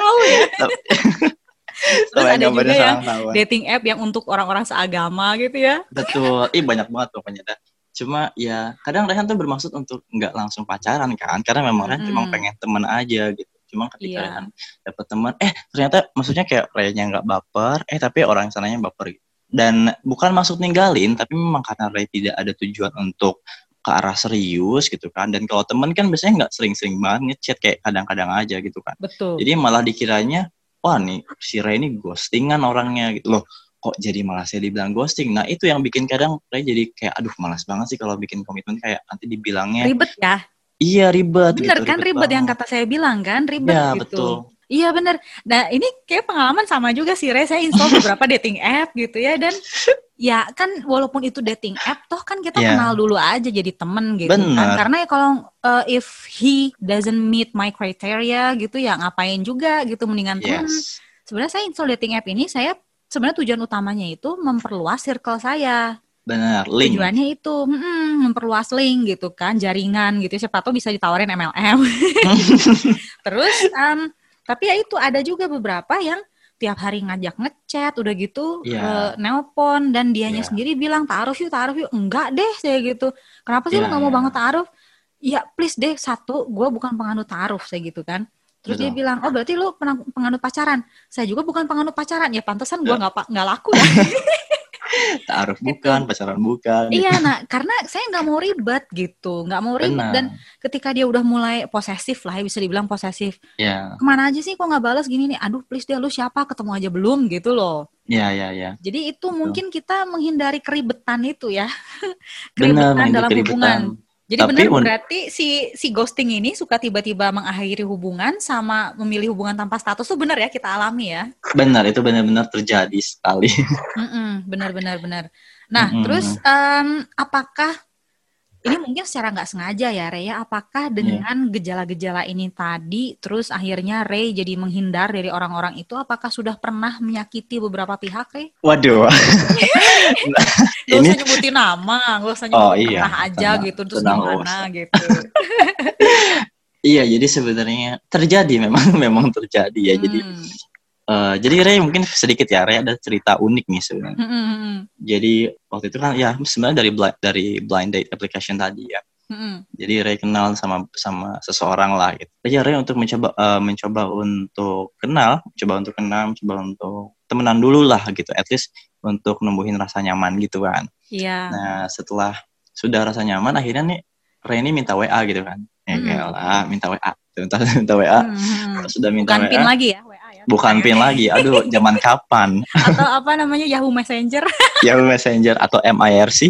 Speaker 2: tahu ya. Terus
Speaker 3: Sampai
Speaker 2: ada juga
Speaker 3: gambarnya
Speaker 2: yang
Speaker 3: sarang tawon.
Speaker 2: dating app yang untuk orang-orang seagama gitu ya.
Speaker 3: Betul, banyak banget pokoknya dah. Cuma ya kadang Rehan tuh bermaksud untuk nggak langsung pacaran kan, karena memang Rehan cuma pengen temen aja gitu. Cuma ketika
Speaker 2: Iya.
Speaker 3: Rehan dapet teman, ternyata maksudnya kayak Rehannya nggak baper, tapi orang sananya baper gitu. Dan bukan maksud ninggalin, tapi memang karena Ray tidak ada tujuan untuk ke arah serius gitu kan. Dan kalau temen kan biasanya nggak sering-sering banget chat, kayak kadang-kadang aja gitu kan.
Speaker 2: Betul.
Speaker 3: Jadi malah dikiranya, wah nih si Ray ini ghostingan orangnya gitu loh. Kok jadi malah saya dibilang ghosting. Nah itu yang bikin kadang Ray jadi kayak aduh malas banget sih kalau bikin komitmen, kayak nanti dibilangnya
Speaker 2: Ribet ya.
Speaker 3: iya ribet.
Speaker 2: Bener
Speaker 3: gitu,
Speaker 2: kan, ribet yang
Speaker 3: banget.
Speaker 2: kata saya bilang kan, ribet
Speaker 3: Ya
Speaker 2: gitu.
Speaker 3: betul.
Speaker 2: Iya bener. Nah ini kayak pengalaman sama juga sih Ray, saya install beberapa dating app gitu ya, dan ya kan walaupun itu dating app, toh kan kita kenal dulu aja jadi temen gitu kan. Karena ya kalau if he doesn't meet my criteria gitu ya ngapain juga gitu, mendingan temen. Sebenarnya saya install dating app ini, saya sebenarnya tujuan utamanya itu memperluas circle saya.
Speaker 3: Benar, link.
Speaker 2: Tujuannya itu memperluas link gitu kan, jaringan gitu. Siapa tahu bisa ditawarin MLM. Terus, tapi ya itu ada juga beberapa yang tiap hari ngajak ngechat, udah gitu nelpon, dan dianya sendiri bilang taaruf yuk. Enggak deh, saya gitu. Kenapa sih lu nggak mau banget taaruf? Ya please deh, satu, gue bukan penganut taaruf, saya gitu kan. Terus dia bilang, oh berarti lu penganut pacaran. Saya juga bukan penganut pacaran. Ya pantesan gue nggak laku ya.
Speaker 3: Taaruf bukan, pacaran bukan.
Speaker 2: Iya, nah karena saya nggak mau ribet gitu, nggak mau ribet. Dan ketika dia udah mulai posesif lah, ya bisa dibilang posesif. Kemana aja sih kok nggak balas gini nih? Aduh please deh, lu siapa, ketemu aja belum gitu loh.
Speaker 3: Iya.
Speaker 2: Jadi itu mungkin kita menghindari keribetan itu ya. Keribetan dalam hubungan. Jadi benar berarti si ghosting ini suka tiba-tiba mengakhiri hubungan sama memilih hubungan tanpa status tuh benar ya, kita alami ya.
Speaker 3: Benar, itu benar-benar terjadi sekali.
Speaker 2: Benar. Nah, terus apakah ini mungkin secara nggak sengaja ya Ray, apakah dengan gejala-gejala ini tadi terus akhirnya Ray jadi menghindar dari orang-orang itu, apakah sudah pernah menyakiti beberapa pihak Ray?
Speaker 3: Waduh.
Speaker 2: Gak usah nyebutin nama, gak usah nyebutin pernah aja gitu, terus gimana gitu.
Speaker 3: Iya, jadi sebenarnya terjadi, memang terjadi ya. Jadi Ray mungkin sedikit ya, Ray ada cerita unik nih sebenarnya. Jadi waktu itu kan ya sebenarnya dari blind date application tadi ya. Jadi Ray kenal sama seseorang lah gitu. Jadi Ray untuk mencoba untuk kenal, mencoba untuk temenan dulu lah gitu, at least untuk numbuhin rasa nyaman gitu kan.
Speaker 2: Iya.
Speaker 3: Nah setelah sudah rasa nyaman, akhirnya nih Ray ini minta WA gitu kan. Minta WA. Minta WA. Sudah minta
Speaker 2: bukan
Speaker 3: WA.
Speaker 2: PIN lagi ya, WA ya.
Speaker 3: Bukan PIN lagi. Aduh, zaman kapan?
Speaker 2: Atau apa namanya, Yahoo Messenger.
Speaker 3: Yahoo Messenger atau MIRC.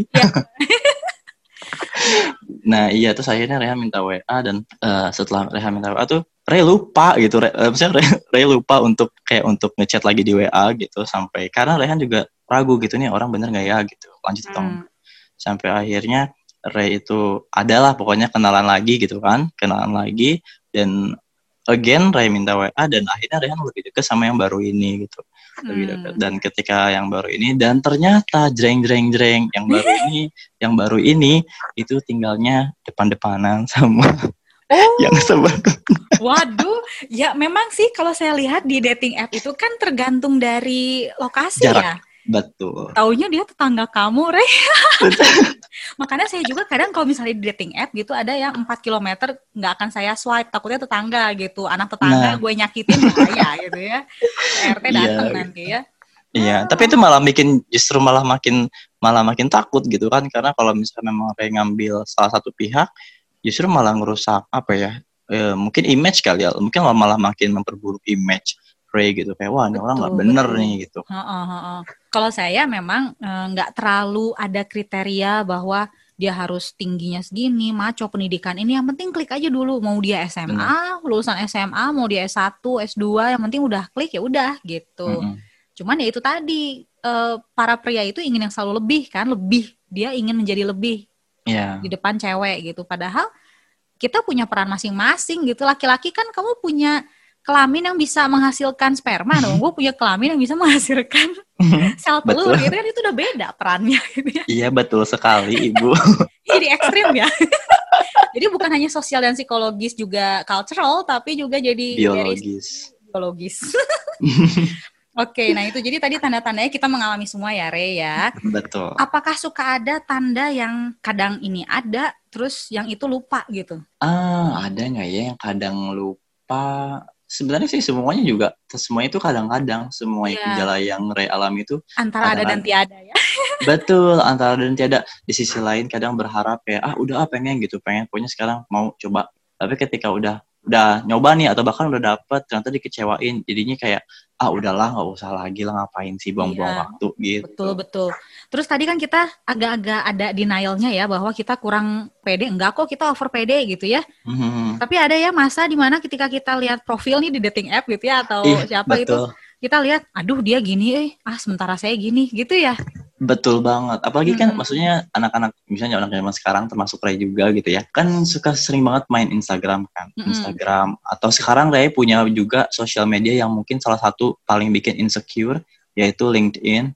Speaker 3: Nah, iya, terus akhirnya Rehan minta WA, dan setelah Rehan minta WA tuh Ray lupa gitu. Maksudnya Ray lupa untuk ngechat lagi di WA gitu, sampai karena Rehan juga ragu gitu nih, orang bener enggak ya gitu. Lanjut atau enggak. Sampai akhirnya Ray itu adalah pokoknya kenalan lagi gitu kan, dan again Ray minta WA, dan akhirnya Rehan lebih dekat sama yang baru ini gitu, lebih dekat. Dan ketika yang baru ini, dan ternyata jreng yang baru ini itu tinggalnya depan-depanan sama yang sebelumnya.
Speaker 2: Waduh, ya memang sih kalau saya lihat di dating app itu kan tergantung dari lokasi
Speaker 3: jarak.
Speaker 2: Ya.
Speaker 3: Betul.
Speaker 2: Taunya dia tetangga kamu, Ray. Makanya saya juga kadang kalau misalnya di dating app gitu ada yang 4 km nggak akan saya swipe, takutnya tetangga gitu, anak tetangga gue nyakitin bahaya gitu ya. RT datang nanti ya.
Speaker 3: Iya, tapi itu malah makin takut gitu kan, karena kalau misalnya memang kayak ngambil salah satu pihak, justru malah ngerusak mungkin image kali ya, mungkin malah makin memperburuk image Ray gitu, kayak wah ini orang nggak bener nih gitu.
Speaker 2: Kalau saya memang nggak terlalu ada kriteria bahwa dia harus tingginya segini, maco, pendidikan ini, yang penting klik aja dulu, mau dia SMA, lulusan SMA, mau dia S1, S2, yang penting udah klik ya udah gitu. Cuman ya itu tadi, para pria itu ingin yang selalu lebih kan, dia ingin menjadi lebih di depan cewek gitu, padahal kita punya peran masing-masing gitu. Laki-laki kan kamu punya kelamin yang bisa menghasilkan sperma dong, gue punya kelamin yang bisa menghasilkan sel telur gitu kan, itu udah beda perannya gitu ya.
Speaker 3: Iya betul sekali Ibu.
Speaker 2: Jadi ekstrim ya. Jadi bukan hanya sosial dan psikologis, juga cultural, tapi juga jadi
Speaker 3: biologis
Speaker 2: psikologis. Oke, nah itu jadi tadi tanda-tandanya kita mengalami semua ya, Rey ya.
Speaker 3: Betul.
Speaker 2: Apakah suka ada tanda yang kadang ini ada, terus yang itu lupa gitu?
Speaker 3: Ada nggak ya yang kadang lupa? Sebenarnya sih semuanya itu kadang-kadang semua gejala yang Ray alami itu
Speaker 2: antara ada dan tiada ya.
Speaker 3: Betul, antara ada dan tiada. Di sisi lain kadang berharap ya, udah pengen pokoknya sekarang mau coba. Tapi ketika udah nyoba nih atau bahkan udah dapet ternyata dikecewain, jadinya kayak udahlah nggak usah lagi lah, ngapain sih buang-buang waktu gitu.
Speaker 2: Betul. Terus tadi kan kita agak-agak ada denialnya ya bahwa kita kurang pede, enggak kok kita over pede gitu ya. Tapi ada ya masa dimana ketika kita lihat profil nih di dating app gitu ya atau siapa
Speaker 3: betul.
Speaker 2: itu, kita lihat aduh dia gini sementara saya gini gitu ya.
Speaker 3: Betul banget. Apalagi kan maksudnya anak-anak, misalnya anak zaman sekarang termasuk Ray juga gitu ya. Kan suka sering banget main Instagram kan. Instagram. Atau sekarang Ray punya juga sosial media yang mungkin salah satu paling bikin insecure, yaitu LinkedIn.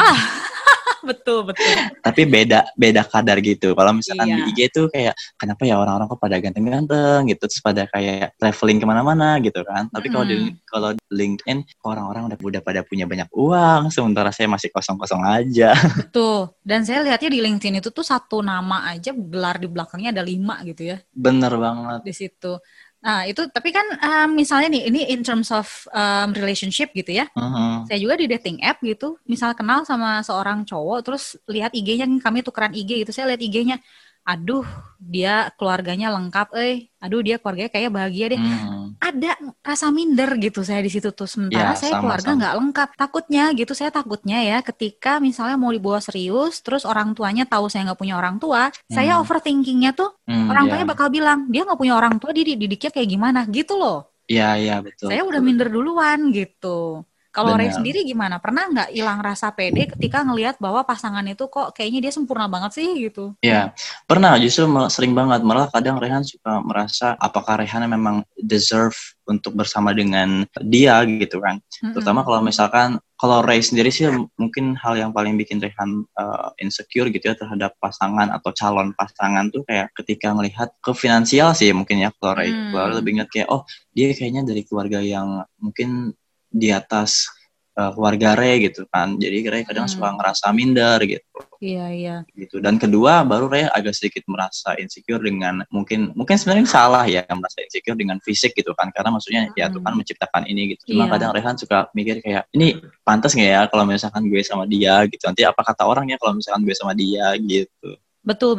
Speaker 2: Betul.
Speaker 3: Tapi beda kadar gitu. Kalau misalkan di IG tuh kayak kenapa ya orang-orang kok pada ganteng-ganteng gitu, terus pada kayak traveling kemana-mana gitu kan. Tapi kalau di LinkedIn orang-orang udah pada punya banyak uang, sementara saya masih kosong-kosong aja.
Speaker 2: Betul. Dan saya lihatnya di LinkedIn itu tuh satu nama aja gelar di belakangnya ada 5 gitu ya.
Speaker 3: Bener banget.
Speaker 2: Di situ. Nah itu tapi kan misalnya nih ini in terms of relationship gitu ya. Saya juga di dating app gitu, misal kenal sama seorang cowok terus lihat IG-nya, kami tukeran IG gitu, saya lihat IG-nya, aduh dia keluarganya lengkap, aduh dia keluarganya kayak bahagia deh. Ada rasa minder gitu saya di situ tuh, sementara saya keluarga nggak lengkap. Saya takutnya ya ketika misalnya mau dibawa serius, terus orang tuanya tahu saya nggak punya orang tua, saya overthinkingnya tuh orang tuanya bakal bilang dia nggak punya orang tua, dia dididiknya kayak gimana gitu loh.
Speaker 3: Iya betul.
Speaker 2: Saya udah minder duluan gitu. Kalau Ray sendiri gimana? Pernah nggak hilang rasa pede ketika ngelihat bahwa pasangan itu kok kayaknya dia sempurna banget sih gitu?
Speaker 3: Iya, pernah, justru sering banget. Malah kadang Rehan suka merasa apakah Rehan memang deserve untuk bersama dengan dia gitu kan. Terutama kalau misalkan, kalau Ray sendiri sih mungkin hal yang paling bikin Rehan insecure gitu ya terhadap pasangan atau calon pasangan tuh kayak ketika melihat ke finansial sih mungkin ya. Kalau Ray lebih ingat kayak dia kayaknya dari keluarga yang mungkin di atas keluarga Ray gitu kan, jadi Ray kadang suka ngerasa minder gitu.
Speaker 2: Iya.
Speaker 3: Gitu. Dan kedua baru Ray agak sedikit merasa insecure dengan mungkin sebenarnya salah ya merasa insecure dengan fisik gitu kan, karena maksudnya ya Tuhan menciptakan ini gitu. Cuma kadang Rehan suka mikir kayak ini pantas nggak ya kalau misalkan gue sama dia gitu, nanti apa kata orang ya kalau misalkan gue sama dia gitu.
Speaker 2: Betul.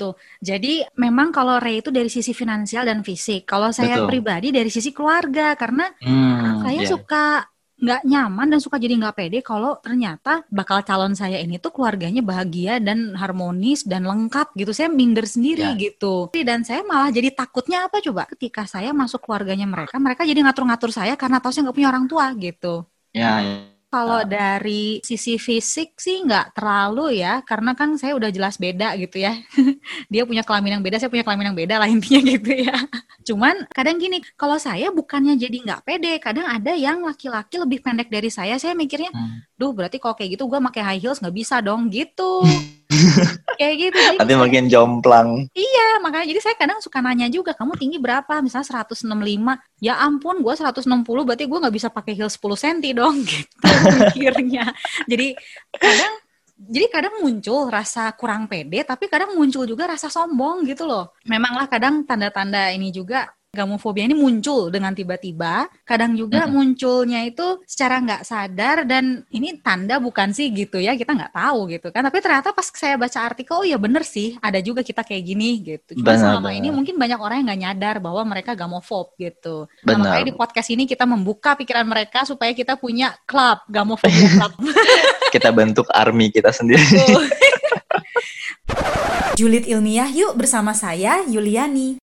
Speaker 2: Jadi memang kalau Ray itu dari sisi finansial dan fisik. Kalau saya pribadi dari sisi keluarga, karena saya suka nggak nyaman dan suka jadi nggak pede kalau ternyata bakal calon saya ini tuh keluarganya bahagia dan harmonis dan lengkap gitu. Saya minder sendiri gitu. Dan saya malah jadi takutnya apa coba? Ketika saya masuk keluarganya mereka jadi ngatur-ngatur saya karena tahu saya nggak punya orang tua gitu.
Speaker 3: Ya.
Speaker 2: Kalau dari sisi fisik sih nggak terlalu ya, karena kan saya udah jelas beda gitu ya. Dia punya kelamin yang beda, saya punya kelamin yang beda lah intinya gitu ya. Cuman kadang gini, kalau saya bukannya jadi nggak pede, kadang ada yang laki-laki lebih pendek dari saya mikirnya, duh berarti kalau kayak gitu gue pakai high heels nggak bisa dong gitu. Kayak gitu.
Speaker 3: Tapi makin jomplang.
Speaker 2: Iya, makanya jadi saya kadang suka nanya juga, kamu tinggi berapa? Misalnya 165. Ya ampun, gue 160, berarti gue gak bisa pakai heels 10 cm dong gitu mikirnya. Jadi kadang muncul rasa kurang pede, tapi kadang muncul juga rasa sombong gitu loh. Memanglah kadang tanda-tanda ini juga, gamofobia ini muncul dengan tiba-tiba, kadang juga munculnya itu secara nggak sadar, dan ini tanda bukan sih gitu ya, kita nggak tahu gitu kan. Tapi ternyata pas saya baca artikel, oh ya bener sih, ada juga kita kayak gini gitu. Cuma selama ini mungkin banyak orang yang nggak nyadar bahwa mereka gamofob gitu. Nah, makanya di podcast ini kita membuka pikiran mereka supaya kita punya klub, gamofobia club.
Speaker 3: Kita bentuk army kita sendiri.
Speaker 2: Julid ilmiah yuk bersama saya, Yuliani.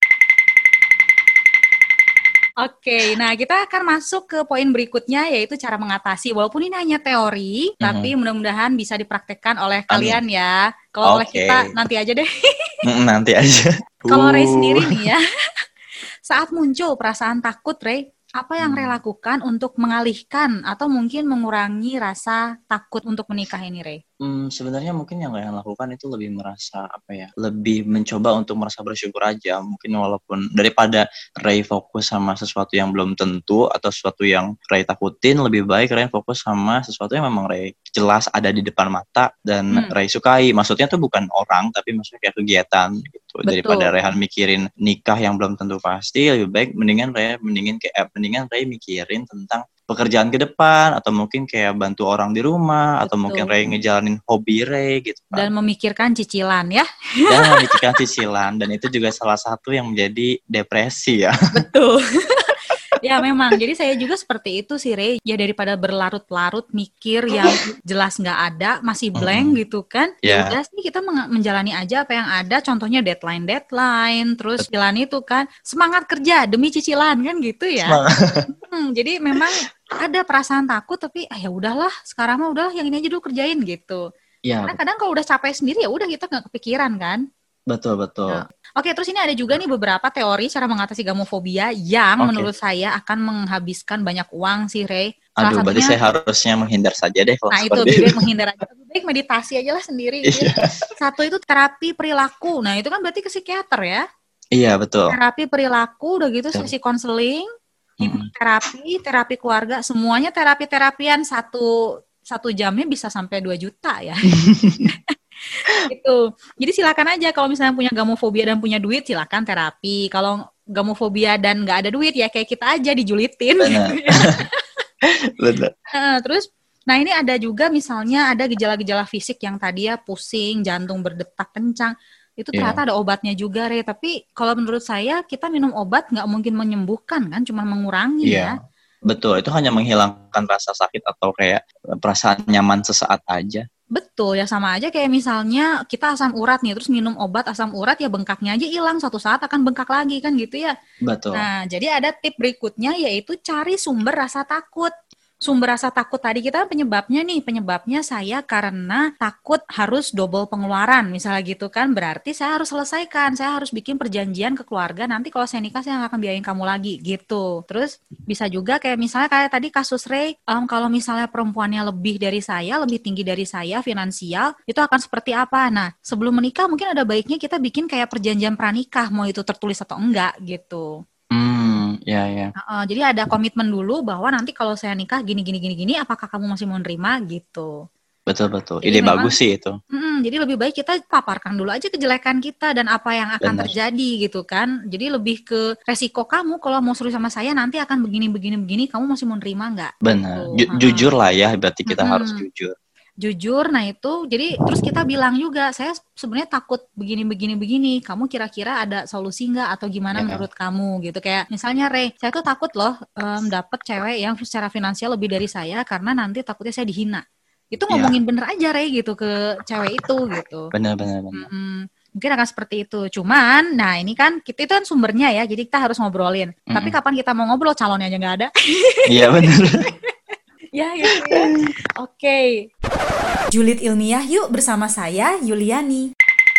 Speaker 2: Oke, nah kita akan masuk ke poin berikutnya, yaitu cara mengatasi. Walaupun ini hanya teori, tapi mudah-mudahan bisa dipraktekkan oleh kalian ya. Kalau oleh kita, nanti aja deh.
Speaker 3: Nanti aja.
Speaker 2: Kalau Ray sendiri nih ya, saat muncul perasaan takut, Ray, Apa yang Ray lakukan untuk mengalihkan atau mungkin mengurangi rasa takut untuk menikah ini, Ray?
Speaker 3: Sebenarnya mungkin yang Ryan lakukan itu lebih merasa lebih mencoba untuk merasa bersyukur aja. Mungkin walaupun daripada Ray fokus sama sesuatu yang belum tentu atau sesuatu yang Ray takutin, lebih baik Ray fokus sama sesuatu yang memang Ray jelas ada di depan mata dan Ray sukai. Maksudnya tuh bukan orang, tapi maksudnya kayak kegiatan gitu.
Speaker 2: Betul.
Speaker 3: Daripada Rayhan mikirin nikah yang belum tentu pasti, lebih baik mendingan Ray mikirin tentang pekerjaan ke depan, atau mungkin kayak bantu orang di rumah, atau mungkin Ray ngejalanin hobi Ray gitu kan.
Speaker 2: Dan memikirkan cicilan ya.
Speaker 3: Dan memikirkan cicilan, dan itu juga salah satu yang menjadi depresi ya.
Speaker 2: Betul. Ya memang, jadi saya juga seperti itu sih Ray. Ya daripada berlarut-larut mikir yang jelas nggak ada, masih blank gitu kan. Ya udah sih kita menjalani aja apa yang ada. Contohnya deadline, terus jalan itu kan semangat kerja demi cicilan kan gitu ya. Jadi memang ada perasaan takut, tapi ya udahlah, sekarang mah udah yang ini aja dulu kerjain gitu. Ya. Karena kadang kalau udah capek sendiri ya udah kita nggak kepikiran kan.
Speaker 3: Betul.
Speaker 2: Nah, oke, terus ini ada juga nih beberapa teori cara mengatasi gamofobia yang menurut saya akan menghabiskan banyak uang sih, Ray.
Speaker 3: Aduh, berarti saya harusnya menghindar saja deh kalau
Speaker 2: itu lebih baik menghindar aja. Lebih baik meditasi aja lah sendiri. Gitu. Satu itu terapi perilaku. Nah, itu kan berarti ke psikiater ya?
Speaker 3: Iya, betul.
Speaker 2: Terapi perilaku, udah gitu sesi konseling, terapi keluarga, semuanya terapian satu jamnya bisa sampai 2 juta ya. Gitu. Jadi silakan aja kalau misalnya punya gamofobia dan punya duit, silakan terapi. Kalau gamofobia dan nggak ada duit ya kayak kita aja dijulitin.
Speaker 3: Benar.
Speaker 2: Terus, nah ini ada juga misalnya ada gejala-gejala fisik yang tadi ya pusing, jantung berdetak kencang. Itu ternyata ada obatnya juga, Re. Tapi kalau menurut saya kita minum obat nggak mungkin menyembuhkan kan, cuma mengurangi ya.
Speaker 3: Betul, itu hanya menghilangkan rasa sakit atau kayak perasaan nyaman sesaat aja.
Speaker 2: Betul, ya sama aja kayak misalnya kita asam urat nih, terus minum obat asam urat ya bengkaknya aja hilang, suatu saat akan bengkak lagi kan gitu ya.
Speaker 3: Betul.
Speaker 2: Nah, jadi ada tip berikutnya yaitu cari sumber rasa takut. Sumber rasa takut tadi kita penyebabnya saya karena takut harus double pengeluaran misalnya gitu kan, berarti saya harus selesaikan, saya harus bikin perjanjian ke keluarga, nanti kalau saya nikah saya akan biayain kamu lagi gitu. Terus bisa juga kayak misalnya kayak tadi kasus Ray, kalau misalnya perempuannya lebih tinggi dari saya finansial, itu akan seperti apa? Nah sebelum menikah mungkin ada baiknya kita bikin kayak perjanjian pranikah, mau itu tertulis atau enggak gitu.
Speaker 3: Ya.
Speaker 2: Jadi ada komitmen dulu bahwa nanti kalau saya nikah gini, apakah kamu masih mau nerima gitu.
Speaker 3: Betul. Ide bagus sih itu.
Speaker 2: Jadi lebih baik kita paparkan dulu aja kejelekan kita dan apa yang akan terjadi gitu kan. Jadi lebih ke resiko kamu kalau mau serius sama saya nanti akan begini, kamu masih mau nerima nggak?
Speaker 3: Benar. Gitu. Jujur lah ya, berarti kita harus jujur.
Speaker 2: Nah itu, jadi terus kita bilang juga, saya sebenarnya takut begini, kamu kira-kira ada solusi nggak atau gimana menurut kamu gitu. Kayak misalnya Ray, saya tuh takut loh dapet cewek yang secara finansial lebih dari saya karena nanti takutnya saya dihina. Itu ngomongin bener aja Ray gitu ke cewek itu gitu.
Speaker 3: Benar.
Speaker 2: Mungkin akan seperti itu. Cuman, nah ini kan kita itu kan sumbernya ya, jadi kita harus ngobrolin. Tapi kapan kita mau ngobrol, calonnya aja nggak ada.
Speaker 3: Iya benar.
Speaker 2: Ya gitu ya. Oke. Julid ilmiah yuk bersama saya Yuliani.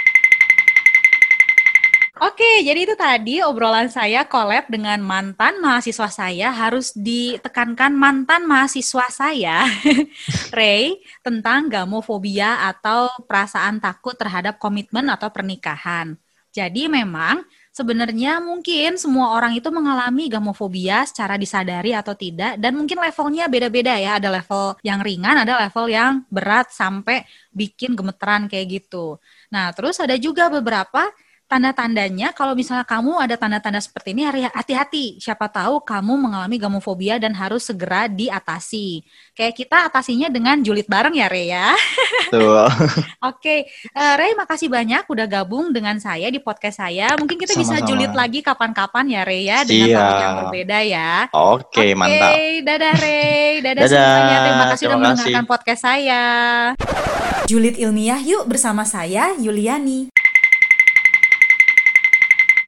Speaker 2: Oke, jadi itu tadi obrolan saya collab dengan mantan mahasiswa saya, harus ditekankan mantan mahasiswa saya, Ray, tentang gamofobia atau perasaan takut terhadap komitmen atau pernikahan. Jadi memang sebenarnya mungkin semua orang itu mengalami gamofobia secara disadari atau tidak, dan mungkin levelnya beda-beda ya, ada level yang ringan, ada level yang berat sampai bikin gemeteran kayak gitu. Nah, terus ada juga beberapa tanda-tandanya, kalau misalnya kamu ada tanda-tanda seperti ini, hati-hati. Siapa tahu kamu mengalami gamofobia dan harus segera diatasi. Kayak kita atasinya dengan julid bareng ya, Ray ya.
Speaker 3: Betul.
Speaker 2: Oke, Ray makasih banyak udah gabung dengan saya di podcast saya. Mungkin kita bisa julid lagi kapan-kapan ya, Ray ya, dengan topik yang berbeda ya.
Speaker 3: Oke, mantap.
Speaker 2: Dadah Ray, dadah semuanya. Terima kasih sudah mendengarkan podcast saya. Julid ilmiah yuk bersama saya Yuliani.